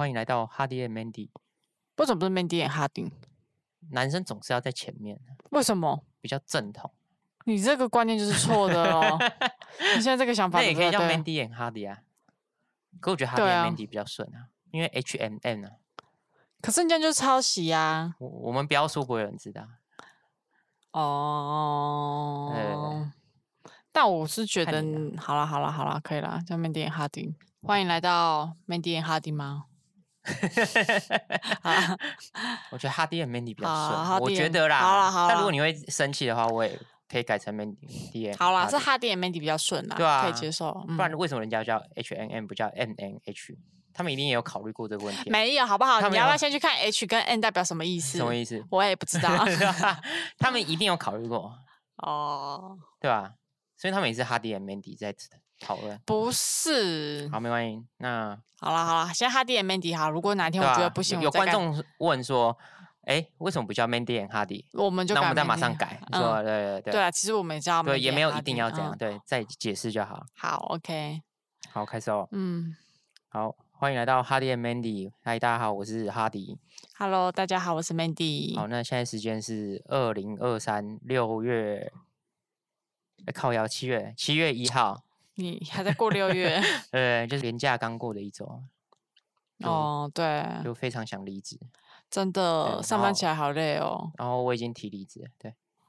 欢迎来到 Hardy and Mandy。 为什么不是 Mandy and Hardy？ 男生总是要在前面， 为什么？ 比较正统。 你这个观念就是错的哦。你现在这个想法那也可以叫对 Mandy and Hardy 啊。可我觉得 Hardy and Mandy 比较顺啊，因为 H&M 啊。 可是人家就是抄袭啊。 我们不要说，不会有人知道。 哦。但我是觉得，好啦，可以啦，叫 Mandy and Hardy。欢迎来到 Mandy and Hardy 吗？ 我觉得 Hardy and Mandy 比较顺，我觉得啦。 好啦。 但如果你会生气的话，我也可以改成 Mandy and。 好啦，是 Hardy and Mandy 比较顺啦， 对啊， 可以接受。 不然为什么人家叫 H&M 不叫 M&H？ 他们一定也有考虑过这个问题。 没有，好不好？你要不要先去看 H 跟 N 代表什么意思？ 什么意思？ 我也不知道。 他们一定有考虑过哦， 对吧？所以他们也是 Hardy and Mandy 在讨论。 不是。 好，没关系。那好啦，先 Hardy and Mandy 好。如果哪天我觉得不行， 有观众问说，为什么不叫 Mandy and Hardy？ 我们就那我们再马上改。说对啊，其实我们也知道， 对，也没有一定要这样。对，再解释就好。 好 ，OK。 好，开始哦。好，欢迎来到 Hardy and Mandy。嗨，大家好，我是 Hardy。Hello， 大家好，我是 Mandy。 好，那现在时间是2023 6月，靠腰7月1号。 你还在过6月？ 对，就是连假刚过的一周。 哦，对， 就非常想离职。 真的，上班起来好累哦。 然后我已经提离职了，对。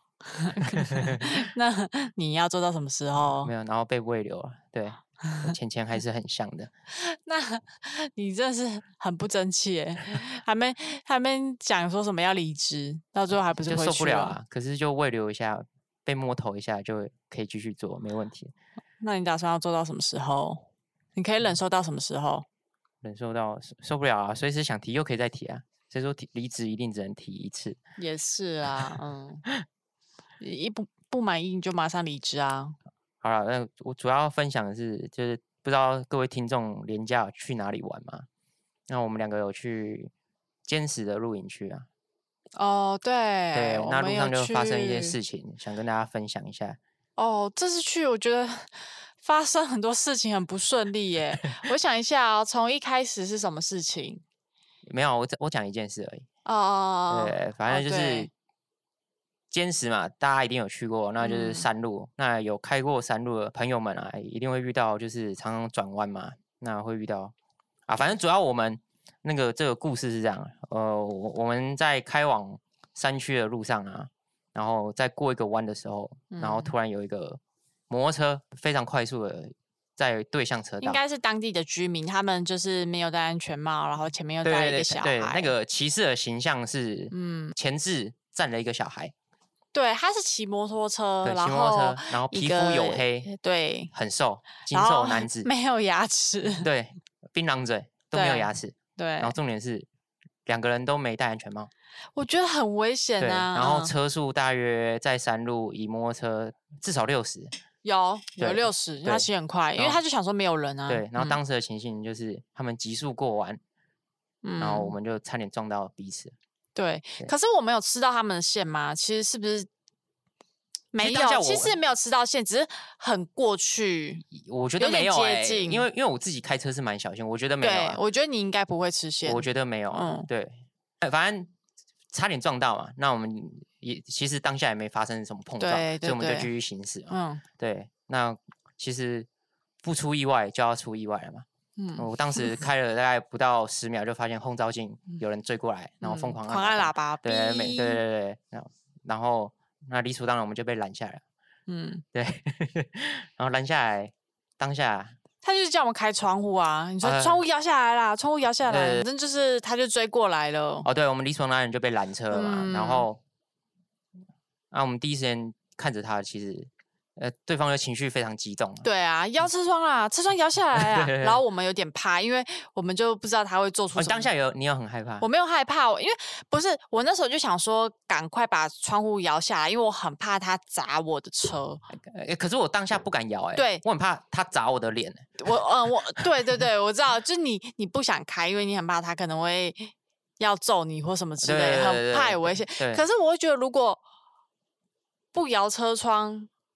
那你要做到什么时候？ 没有，然后被慰留了，对。钱还是很香的。 那你真的是很不争气耶，还没讲说什么要离职，到最后还不是回去就受不了啊。可是就慰留一下，被摸头一下就可以继续做，没问题。 那你打算要做到什么时候？你可以忍受到什么时候？ 忍受到受不了啊，随时想提又可以再提啊。所以说离职一定只能提一次。 也是啊，一不满意你就马上离职啊。 好了，那我主要分享的是，就是不知道各位听众连假有去哪里玩吗？那我们两个有去坚实的露营区啊。 哦，对， 那路上就发生一些事情，想跟大家分享一下。 哦，这次去我觉得发生很多事情，很不顺利耶。我想一下哦，从一开始是什么事情？ 没有，我讲一件事而已。对，反正就是坚实嘛，大家一定有去过，那就是山路。那有开过山路的朋友们啊，一定会遇到，就是常常转弯嘛，那会遇到反正主要我们这个故事是这样。我们在开往山区的路上啊，然后在过一个弯的时候，然后突然有一个摩托车非常快速的在对向车道， 应该是当地的居民，他们就是没有戴安全帽，然后前面又带一个小孩。 对，那个骑士的形象是，前置站了一个小孩。 对，他是骑摩托车， 然后皮肤黝黑， 对， 很瘦，精瘦男子， 没有牙齿， 对，槟榔嘴都没有牙齿， 对。 然后重点是两个人都没戴安全帽， 我觉得很危险啊。 然后车速大约在山路以摩托车至少60， 有60，他骑很快，因为他就想说没有人啊。 对，然后当时的情形就是他们急速过弯，然后我们就差点撞到彼此。 对，可是我没有吃到他们的线吗？其实是不是没有？其实没有吃到线，只是很过去。 我觉得没有接近， 因为我自己开车是蛮小心，我觉得没有。 对，我觉得你应该不会吃线。 我觉得没有。对，反正差点撞到嘛。那我们也其实当下也没发生什么碰撞，所以我们就继续行驶。对，那其实不出意外就要出意外了嘛。我当时开了大概不到10秒，就发现后照镜有人追过来，然后疯狂按喇叭。 对，然后那理所当然我们就被拦下来。对，然后拦下来当下， 他就是叫我们开窗户啊！你说窗户摇下来啦，窗户摇下来，反正就是他就追过来了。 对，我们理所当然就被拦车了嘛。然后，我们第一时间看着他，其实。对方的情绪非常激动。 对啊，摇车窗啦，车窗摇下来啊。然后我们有点怕，因为我们就不知道他会做出什么。 当下你有很害怕？ 我没有害怕，因为不是我那时候就想说，赶快把窗户摇下来，因为我很怕他砸我的车。 可是我当下不敢摇， 对， 我很怕他砸我的脸。 对，我知道，就是你不想开，因为你很怕他可能会要揍你或什么之类的，很怕有危险。可是我会觉得，如果不摇车窗，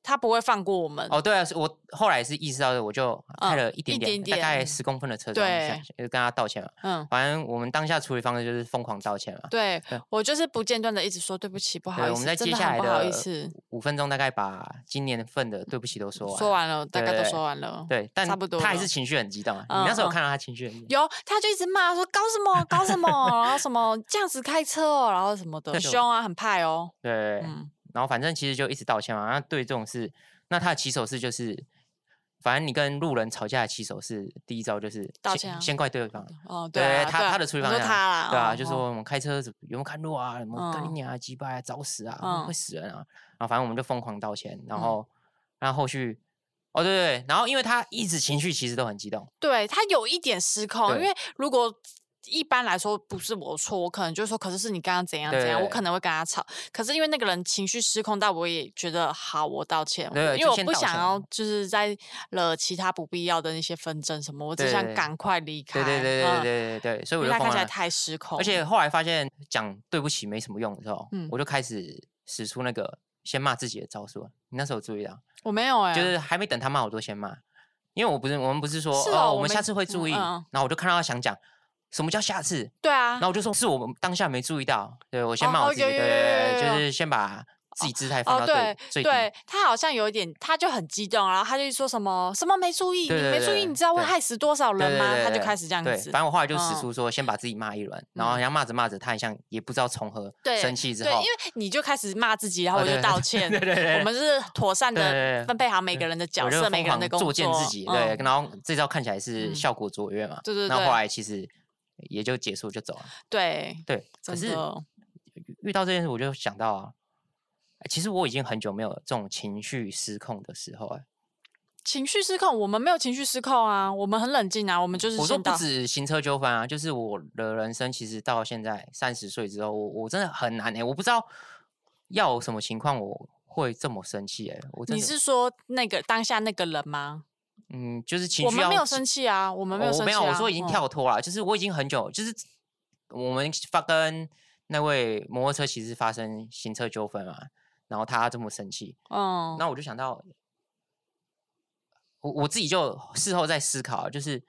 他不会放过我们。 哦，对啊，我后来是意识到，我就开了一点点，大概10公分的车窗，就跟他道歉嘛。反正我们当下处理方式就是疯狂道歉嘛。 对，我就是不间断的一直说对不起，不好意思， 我们在接下来的5分钟，大概把今年份的对不起都说完。 说完了，大概都说完了。 对，但差不多。 他还是情绪很激动啊。你那时候有看到他情绪很激动？ 有，他就一直骂说搞什么搞什么，然后什么这样子开车哦，然后什么的，很凶啊，很派哦。 对，然后反正其实就一直道歉嘛。那对这种事，那他的起手式就是，反正你跟路人吵架的起手式，第一招就是道歉， 先怪对方。 哦， 对，他的处理方式， 他啦， 对啊，就说我们开车有没有看路啊？什么干你娘啊，鸡巴啊，找死啊，会死人啊！然后反正我们就疯狂道歉，然后后续，哦对，然后因为他一直情绪其实都很激动， 对他有一点失控，因为如果一般来说不是我错，我可能就说，可是你刚刚怎样怎样，我可能会跟他吵。可是因为那个人情绪失控，但我也觉得好，我道歉，因为我不想要就是在了其他不必要的那些纷争什么，我只想赶快离开。 对，所以我就他看起来太失控， 而且后来发现讲对不起没什么用的时候，我就开始使出那个先骂自己的招数。你那时候有注意到？ 我没有就是还没等他骂我都先骂，因为我们不是说我们下次会注意，然后我就看到他想讲。什么叫下次？ 对啊， 然后我就说是我们当下没注意到，对我先骂我自己，对，就是先把自己姿态放到最低。 对，他好像有一点，他就很激动，然后他就说什么没注意，你没注意，你知道会害死多少人吗？他就开始这样子。 反正我后来就使出说先把自己骂一轮，然后然后骂着骂着，他好像也不知道从何生气之后， 对，因为你就开始骂自己，然后我就道歉。对，我们是妥善的分配好每个人的角色，每个人的工作， 作践自己。对，然后这招看起来是效果卓越嘛。 对。 然后后来其实。也就结束就走了。 对， 可是遇到这件事，我就想到啊，其实我已经很久没有这种情绪失控的时候。 情绪失控，我们没有情绪失控啊，我们很冷静啊，我们就是我说不止行车纠纷啊，就是我的人生其实到现在30岁之后，我真的很难我不知道要有什么情况我会这么生气你是说那个当下那个人吗？ 就是情绪。 我们没有生气啊，我们没有生气。 没有，我说已经跳脱了，就是我已经很久，就是我们跟那位摩托车骑士发生行车纠纷嘛，然后他这么生气，那我就想到，我自己就事后在思考，就是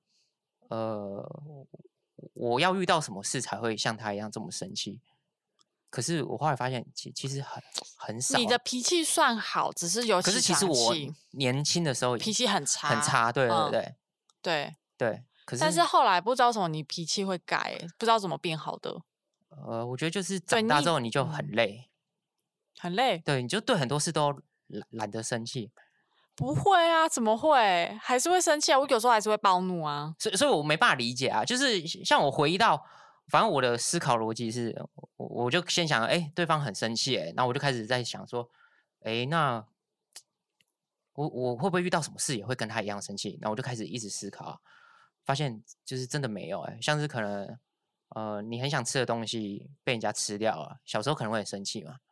我要遇到什么事才会像他一样这么生气？可是我后来发现，其实很少。 你的脾气算好，只是有。 可是其实我年轻的时候脾气很差， 很差。对。可是但是后来不知道什么，你脾气会改，不知道怎么变好的。 我觉得就是长大之后你就很累， 很累。 对，你就对很多事都懒得生气。 不会啊，怎么会？还是会生气啊！我有时候还是会暴怒啊。 所以我没办法理解啊。就是像我回忆到。反正我的思考逻辑是，我就先想，对方很生气，然后我就开始在想说，那我会不会遇到什么事也会跟他一样生气？然后我就开始一直思考，发现就是真的没有，像是可能，你很想吃的东西被人家吃掉了，小时候可能会很生气嘛。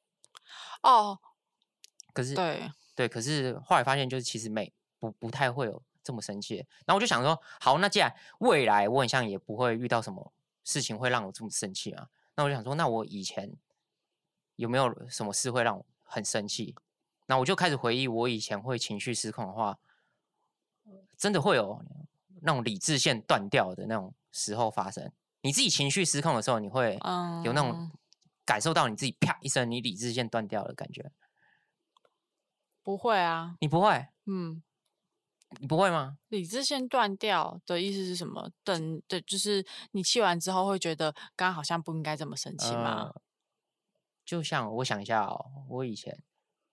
可是对，可是后来发现就是其实不太会有这么生气。然后我就想说，好，那既然未来我很像也不会遇到什么事情会让我这么生气啊，那我就想说，那我以前有没有什么事会让我很生气？那我就开始回忆，我以前会情绪失控的话，真的会有那种理智线断掉的那种时候发生。你自己情绪失控的时候，你会有那种感受到你自己啪一声，你理智线断掉的感觉？ 不会啊， 你不会？你不会吗？ 理智线断掉的意思是什么？就是你气完之后会觉得刚刚好像不应该这么生气吗？ 就像我想一下我以前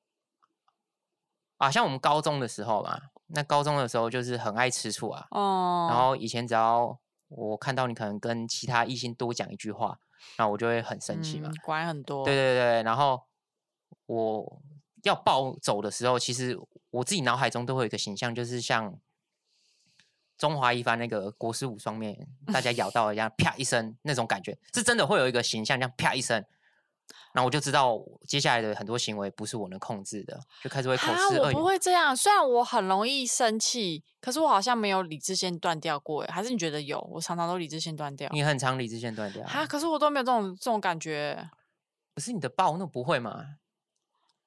像我们高中的时候嘛，那高中的时候就是很爱吃醋啊。然后以前只要我看到你可能跟其他异性多讲一句话，然后我就会很生气嘛， 管很多。 对，然后我要暴走的时候，其实我自己脑海中都会有一个形象，就是像中华一番那个国师无双面，大家咬到一样，啪一声那种感觉，是真的会有一个形象，这样啪一声，然后我就知道接下来的很多行为不是我能控制的，就开始会口出恶言。 我不会这样，虽然我很容易生气，可是我好像没有理智线断掉过，还是你觉得有？我常常都理智线断掉。 你很常理智线断掉可是我都没有这种感觉。 不是你的暴怒不会吗？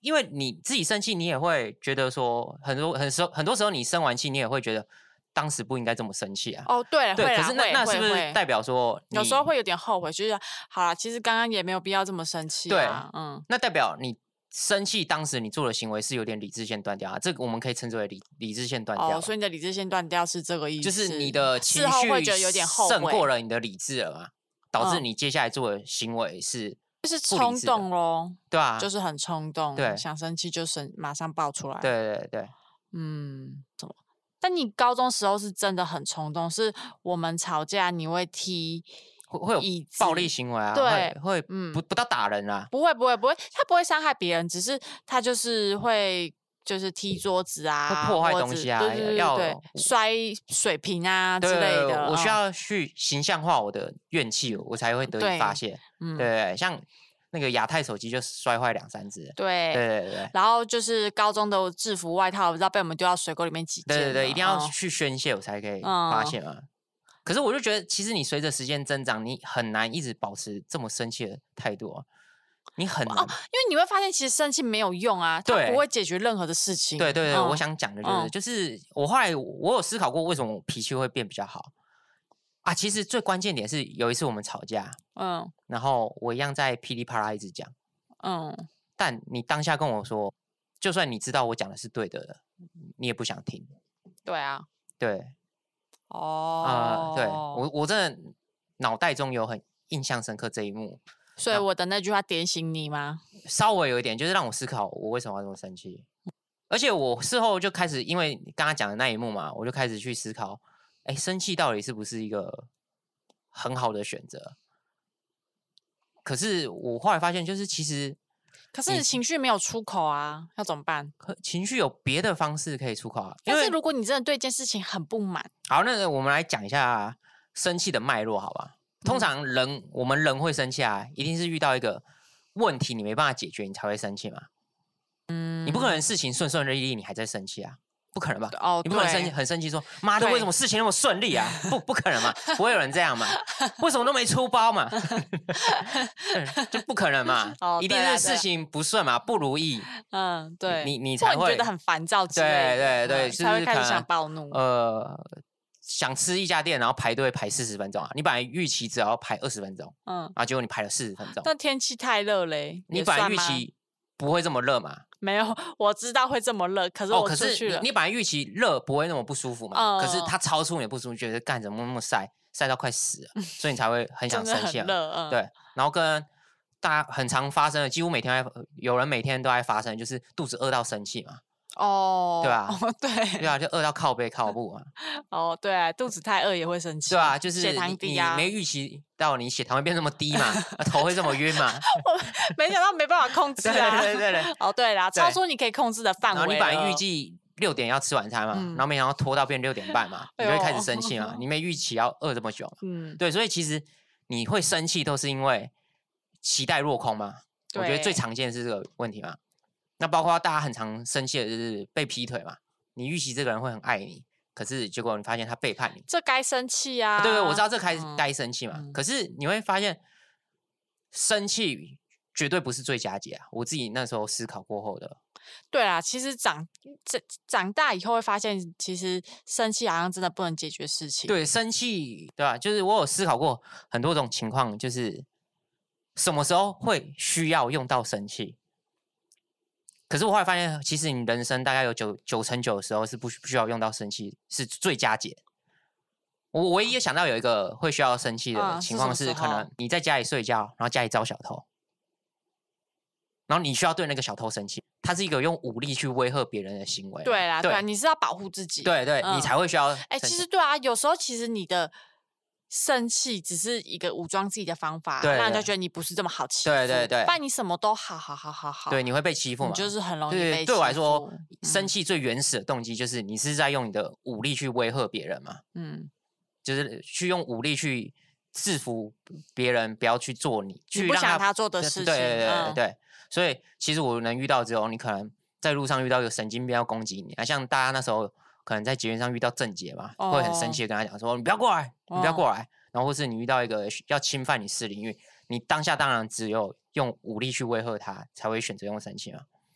因为你自己生气，你也会觉得说，很多时候你生完气，你也会觉得当时不应该这么生气啊。 哦，对， 对，可是那是不是代表说， 有时候会有点后悔，就是好了，其实刚刚也没有必要这么生气啊。 对，那代表你生气当时你做的行为是有点理智线断掉啊，这个我们可以称之为理智线断掉。 所以你的理智线断掉是这个意思， 就是你的情绪会觉得有点后悔， 胜过了你的理智了嘛，导致你接下来做的行为是就是冲动咯， 对啊， 就是很冲动， 对， 想生气就马上爆出来， 对， 怎么？但你高中时候是真的很冲动，是我们吵架你会踢。 会有暴力行为啊， 对， 会不到打人啊， 不会，他不会伤害别人，只是他就是会就是踢桌子啊， 会破坏东西啊， 要摔水瓶啊之类的。 我需要去形象化我的怨气，我才会得以发泄。对，像那个亚太手机就摔坏2-3只。对。 然后就是高中的制服外套，不知道被我们丢到水沟里面几件。 对，一定要去宣泄，我才可以发泄嘛。可是我就觉得，其实你随着时间增长，你很难一直保持这么生气的态度啊，你很难，因为你会发现，其实生气没有用啊，它不会解决任何的事情。 对，我想讲的就是我后来我有思考过，为什么我脾气会变比较好啊？其实最关键点是有一次我们吵架，然后我一样在噼里啪啦一直讲，但你当下跟我说，就算你知道我讲的是对的，你也不想听。 对啊， 对。对，我真的脑袋中有很印象深刻这一幕， 所以我的那句话点醒你吗？ 稍微有一点，就是让我思考我为什么要这么生气，而且我事后就开始，因为刚刚讲的那一幕嘛，我就开始去思考，生气到底是不是一个很好的选择？可是我后来发现，就是其实。 可是你情绪没有出口啊，要怎么办？ 情绪有别的方式可以出口啊。 但是如果你真的对一件事情很不满， 好，那我们来讲一下生气的脉络，好吧？通常我们人会生气啊，一定是遇到一个问题你没办法解决，你才会生气嘛。你不可能事情顺顺利利，你还在生气啊。不可能吧？你不可能很生气说，妈的，为什么事情那么顺利啊？不可能嘛，不会有人这样嘛？为什么都没出包嘛？就不可能嘛，一定是事情不顺嘛，不如意。 对， 你才会觉得很烦躁之类的， 对， 才会开始想暴怒。 想吃一家店，然后排队排40分钟啊！你本来预期只要排20分钟，然后结果你排了40分钟。 但天气太热嘞， 你本来预期不会这么热嘛？ 没有，我知道会这么热，可是我出去了。 你本来预期热不会那么不舒服嘛？可是它超出你的不舒服，觉得干怎么那么晒到快死了，所以你才会很想生气。对，然后跟大家很常发生的，几乎有人每天都在发生，就是肚子饿到生气嘛。对吧？对啊，就饿到靠背靠步嘛。对啊，肚子太饿也会生气。 对啊，就是血糖低啊， 你没预期到你血糖会变那么低嘛，头会这么晕嘛。 我没想到没办法控制啊。 对。 对啦，超出你可以控制的范围。 然后你本来预计6点要吃晚餐嘛，然后没想到拖到变6点半嘛，你就会开始生气嘛。你没预期要饿这么久嘛。对，所以其实你会生气都是因为期待落空嘛。我觉得最常见的是这个问题嘛。那包括大家很常生气的就是被劈腿嘛，你预期这个人会很爱你，可是结果你发现他背叛你， 这该生气啊！ 对，我知道这该生气嘛，可是你会发现生气绝对不是最佳解啊！我自己那时候思考过后的。 对啦，其实长大以后会发现，其实生气好像真的不能解决事情。 对，生气对吧？就是我有思考过很多种情况，就是什么时候会需要用到生气。可是我后来发现，其实你人生大概有9成9的时候是不需要用到生气，是最佳解。我唯一想到有一个会需要生气的情况是，可能你在家里睡觉，然后家里遭小偷，然后你需要对那个小偷生气，它是一个用武力去威吓别人的行为。 对啦，你是要保护自己。 对，你才会需要。 其实对啊，有时候其实你的生气只是一个武装自己的方法，让人家觉得你不是这么好欺负。 对， 不然你什么都好。 对，你会被欺负嘛？ 你就是很容易被欺负。 对我来说，生气最原始的动机就是你是在用你的武力去威吓别人嘛。就是去用武力去制服别人，不要去做你不想他做的事情。 对。所以其实我能遇到只有你可能在路上遇到一个神经病要攻击你，像大家那时候可能在捷运上遇到郑捷嘛，会很生气的跟他讲说：“你不要过来，你不要过来。”然后或是你遇到一个要侵犯你私领域，你当下当然只有用武力去威吓他，才会选择用生气嘛。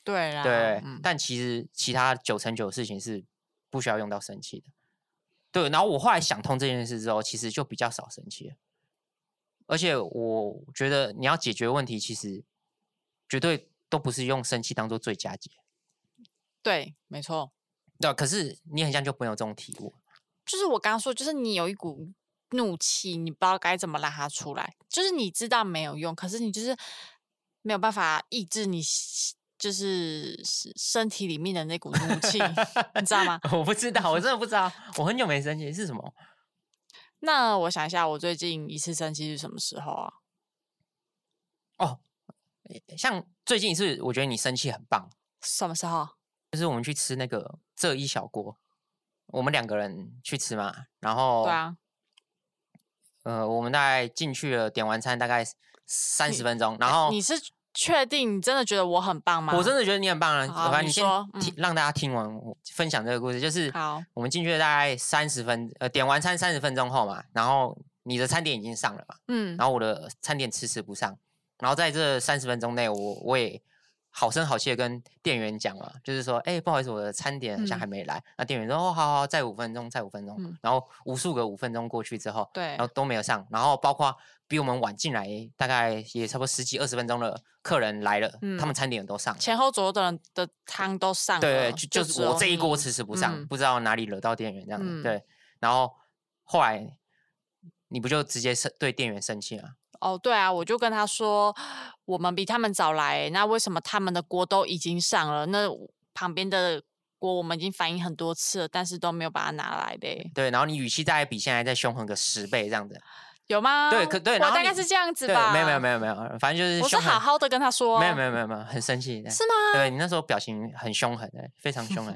对啦， 对，但其实其他9成9的事情是不需要用到生气的。对，然后我后来想通这件事之后，其实就比较少生气了。而且我觉得你要解决问题，其实绝对都不是用生气当做最佳解。 对，没错。 对，可是你很像就没有这种体悟。 就是我刚刚说，就是你有一股怒气，你不知道该怎么让它出来，就是你知道没有用，可是你就是没有办法抑制你就是身体里面的那股怒气，你知道吗？ 我不知道，我真的不知道，我很久没生气是什么。 那我想一下，我最近一次生气是什么时候啊？ 哦，像最近一次，我觉得你生气很棒。 什么时候？ 就是我们去吃那个这一小锅，我们2个人去吃嘛，然后对啊， 我们大概进去了，点完餐大概30分钟，然后你是确定你真的觉得我很棒吗？ 我真的觉得你很棒啊！ 好， 反正你先让大家听完我分享这个故事，就是好， 我们进去了大概点完餐30分钟后嘛，然后你的餐点已经上了嘛，然后我的餐点迟迟不上，然后在这30分钟内，我也好声好气的跟店员讲了，就是说，不好意思，我的餐点好像还没来。那店员说，哦，好，再5分钟，再5分钟。然后无数个5分钟过去之后， 对， 然后都没有上。然后包括比我们晚进来大概也差不多10几20分钟的客人来了，他们餐点都上， 前后左右的人的汤都上了。 对，就是我这一锅迟迟不上，不知道哪里惹到店员这样子。对，然后后来你不就直接对店员生气吗？ 哦，对啊，我就跟他说，我们比他们早来，那为什么他们的锅都已经上了？那旁边的锅我们已经反映很多次了，但是都没有把它拿来的。 对，然后你语气大概比现在再凶狠个10倍这样子。 有吗？ 对，对， 我大概是这样子吧。 没有，反正就是我是好好的跟他说。 没有，很生气。 是吗？ 对，你那时候表情很凶狠，非常凶狠。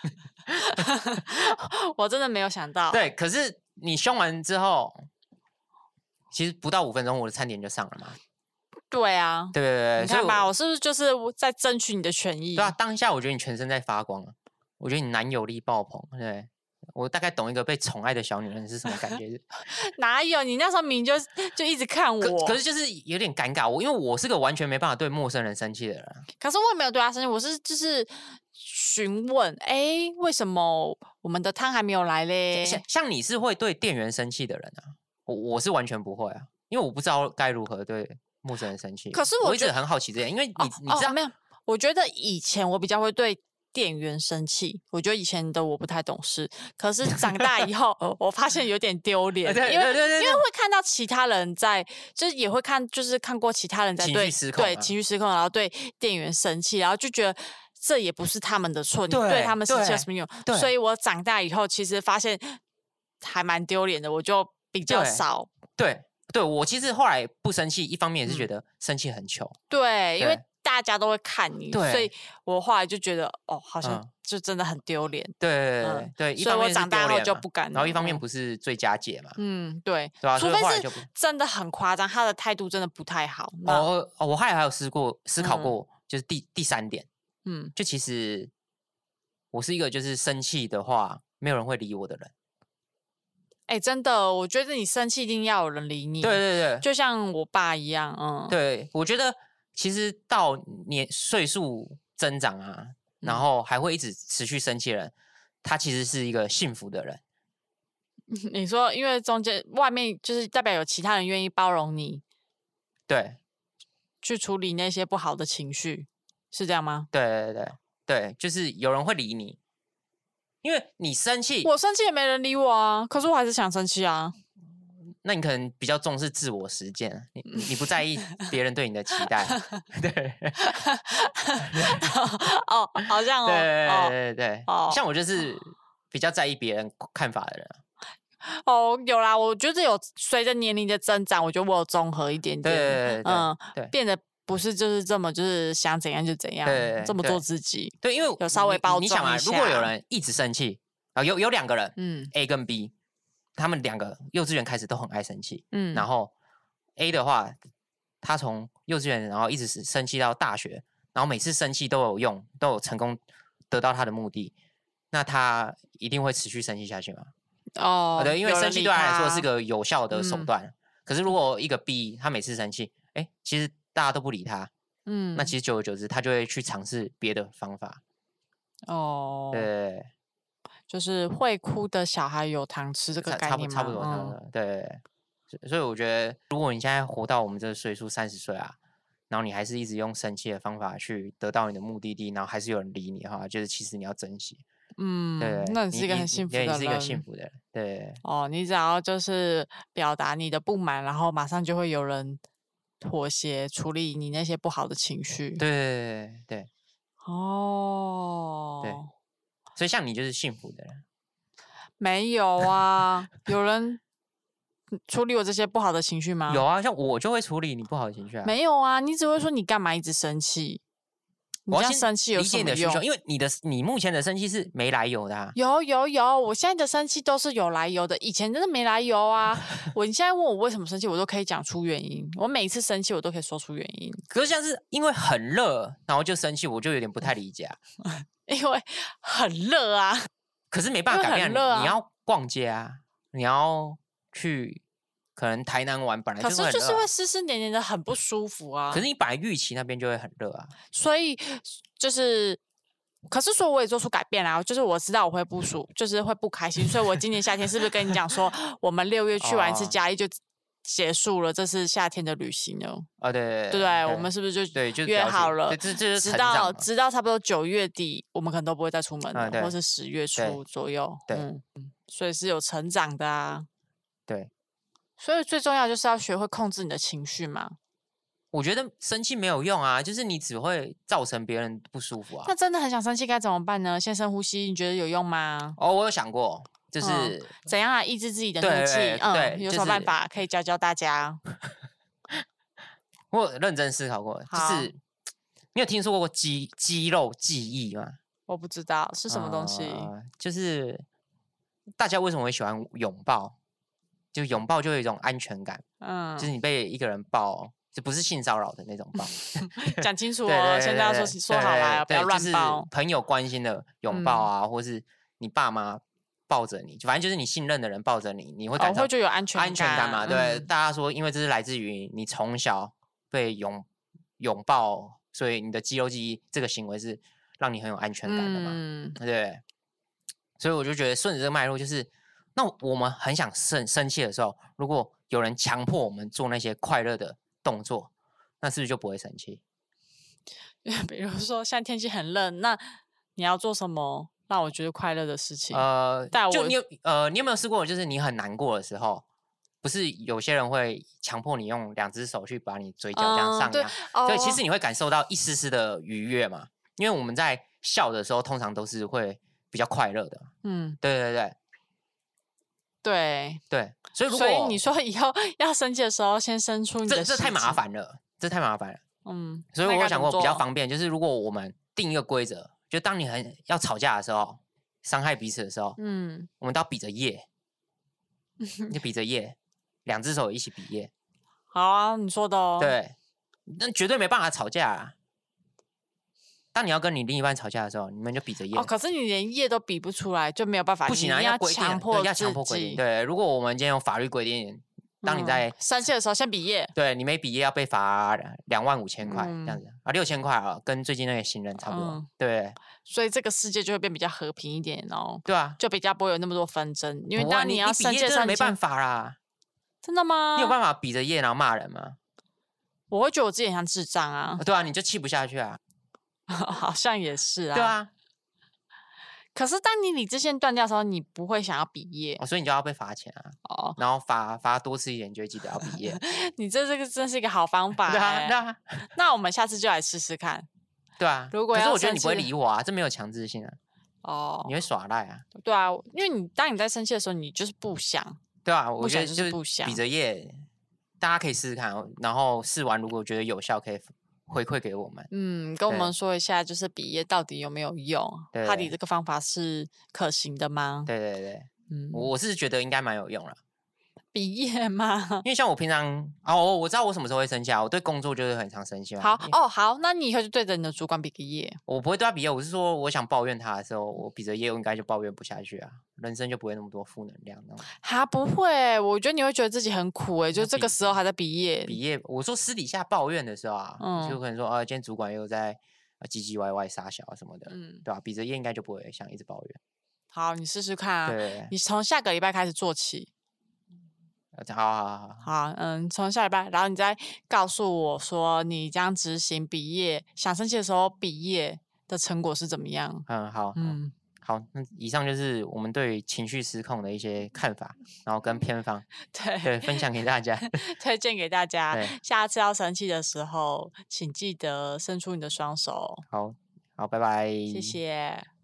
我真的没有想到。 对，可是你凶完之后，其实不到5分钟，我的餐点就上了嘛。 对啊， 对， 你看吧，我是不是就是在争取你的权益？ 对啊，当下我觉得你全身在发光，我觉得你男友力爆棚。对，我大概懂一个被宠爱的小女人是什么感觉。 哪有？你那时候明明就一直看我， 可是就是有点尴尬。因为我是个完全没办法对陌生人生气的人。 可是我也没有对他生气，我是就是询问，为什么我们的汤还没有来嘞？ 像你是会对店员生气的人啊，我是完全不会啊，因为我不知道该如何对陌生人生气。 可是我一直很好奇这点，因为你知道没有？我觉得以前我比较会对店员生气，我觉得以前的我不太懂事，可是长大以后，我发现有点丢脸，因为会看到其他人在，就是也会看过其他人在对情绪失控，然后对店员生气，然后就觉得这也不是他们的错，你对他们生气有什么用？所以我长大以后其实发现还蛮丢脸的，我就比较少。 对，我其实后来不生气，一方面也是觉得生气很糗。 对，因为大家都会看你，所以我后来就觉得，好像就真的很丢脸。 对， 所以我长大后就不敢。 然后一方面不是最佳解嘛， 对吧？ 除非是真的很夸张，他的态度真的不太好。 我还有思考过，就是第3点，就其实我是一个就是生气的话，没有人会理我的人。 真的，我觉得你生气一定要有人理你。 对， 就像我爸一样， 对，我觉得其实到岁数增长啊，然后还会一直持续生气的人，他其实是一个幸福的人。 你说，因为中间外面就是代表有其他人愿意包容你， 对， 去处理那些不好的情绪，是这样吗？ 对，就是有人会理你。因为你生气， 我生气也没人理我啊，可是我还是想生气啊。 那你可能比较重视自我实践，你不在意别人对你的期待。对， 好像对，像我就是比较在意别人看法的人。 有啦，我觉得有随着年龄的增长，我觉得我有综合一点点， 对， 变得不是就是这么就是想怎样就怎样，这么做自己。 对，因为有稍微包装你想啊，如果有人一直生气啊，有2个人，A 跟 B， 他们2个幼稚园开始都很爱生气，然后 A 的话，他从幼稚园然后一直生气到大学，然后每次生气都有用，都有成功得到他的目的，那他一定会持续生气下去吗？对，因为生气对他来说是个有效的手段。可是如果一个 B， 他每次生气，其实大家都不理他， 那其实久而久之，他就会去尝试别的方法。对， 就是会哭的小孩有糖吃这个概念吗？ 差不多，对。所以我觉得，如果你现在活到我们这个岁数30岁啊，然后你还是一直用生气的方法去得到你的目的地，然后还是有人理你的话，就是其实你要珍惜。对， 那你是一个很幸福的人。 你是一个幸福的人。对。 你只要就是表达你的不满，然后马上就会有人妥协处理你那些不好的情绪。 对。 对。 所以像你就是幸福的人。 没有啊，有人处理我这些不好的情绪吗？ 有啊，像我就会处理你不好的情绪啊。 没有啊，你只会说你干嘛一直生气？你这样生气有什么用？ 因为你目前的生气是没来由的啊。 有，我现在的生气都是有来由的，以前真的没来由啊。你现在问我为什么生气，我都可以讲出原因。我每一次生气，我都可以说出原因。 可是像是因为很热，然后就生气，我就有点不太理解啊。 因为很热啊。 可是没办法改变，你要逛街啊，你要去可能台南玩，本来就是很热， 可是就是会湿湿黏黏的，很不舒服啊。 可是你本来预期那边就会很热啊， 所以就是，可是说我也做出改变啦，就是我知道我会不舒服，就是会不开心，所以我今年夏天是不是跟你讲说，我们6月去完一次嘉义就结束了，这是夏天的旅行了。对，我们是不是就约好了？直到差不多9月底，我们可能都不会再出门了，或是10月初左右。所以是有成长的啊。 对， 所以最重要就是要学会控制你的情绪嘛。 我觉得生气没有用啊，就是你只会造成别人不舒服啊。 那真的很想生气该怎么办呢？先深呼吸，你觉得有用吗？ 我有想过。就是怎样抑制自己的怒气？有什么办法可以教大家？ 我有认真思考过，就是你有听说过肌肉记忆吗？ 我不知道是什么东西。 就是大家为什么会喜欢拥抱？就拥抱就有一种安全感。就是你被一个人抱，就不是性骚扰的那种抱。 讲清楚哦，现在要说好来，不要乱抱。 就是朋友关心的拥抱啊，或是你爸妈抱着你，反正就是你信任的人抱着你，你会感到就有安全感嘛？对，大家说，因为这是来自于你从小被拥抱，所以你的肌肉记忆这个行为是让你很有安全感的嘛？对，所以我就觉得顺着这个脉络，就是那我们很想生气的时候，如果有人强迫我们做那些快乐的动作，那是不是就不会生气？ 比如说像天气很热，那你要做什么让我觉得快乐的事情？ 就你有没有试过，就是你很难过的时候，不是有些人会强迫你用2只手去把你嘴角这样上扬，所以其实你会感受到一丝丝的愉悦嘛？因为我们在笑的时候，通常都是会比较快乐的。对，所以你说以后要生气的时候，先伸出你的这太麻烦了，所以我有想过比较方便，就是如果我们定一个规则，就当你要吵架的时候，伤害彼此的时候，我们都要比着耶，就比着耶，2只手一起比耶。 好啊，你说的哦。 对，那绝对没办法吵架啊。当你要跟你另一半吵架的时候，你们就比着耶。 可是你连耶都比不出来，就没有办法。 不行啊， 要强迫规定。对，如果我们今天有法律规定，当你在生气的时候先比耶。 对，你没比耶要被罚25000块这样子啊，6000块啊，跟最近那个行人差不多。对， 所以这个世界就会变比较和平一点哦。 对啊， 就比较不会有那么多纷争，因为当你要生气的时候， 没办法啦。 真的吗？ 你有办法比着耶然后骂人吗？ 我会觉得我自己很像智障啊。 对啊，你就气不下去啊。 好像也是啊。 对啊。 可是当你理智线断掉的时候，你不会想要比耶。 所以你就要被罚钱啊。然后罚多吃一点，你就会记得要比耶。 你这个真是一个好方法。 对啊。 那我们下次就来试试看。 对啊。可是我觉得你不会理我啊，这没有强制性啊。你会耍赖啊。 对啊，因为当你在生气的时候，你就是不想。 对啊，我觉得就是不想。 比着耶，大家可以试试看，然后试完如果觉得有效，可以回馈给我们。 跟我们说一下，就是比耶到底有没有用？到底这个方法是可行的吗？ 对。我是觉得应该蛮有用了。 毕业吗？ 因为像我平常我知道我什么时候会生气啊，我对工作就是很常生气。 好，那你以后就对着你的主管比个耶。 我不会对他比耶，我是说我想抱怨他的时候，我比着耶，我应该就抱怨不下去啊，人生就不会那么多负能量那种。 不会，我觉得你会觉得自己很苦就这个时候还在比耶。 我说私底下抱怨的时候啊，就可能说今天主管又在唧唧歪歪傻小什么的，对吧？比着耶应该就不会想一直抱怨。 好，你试试看啊。 对， 你从下个礼拜开始做起。 好， 从下礼拜，然后你再告诉我说你这样执行比耶，想生气的时候比耶的成果是怎么样？ 好，那以上就是我们对情绪失控的一些看法，然后跟偏方，对，分享给大家， 推荐给大家。下次要生气的时候，请记得伸出你的双手。 好，拜拜， 谢谢。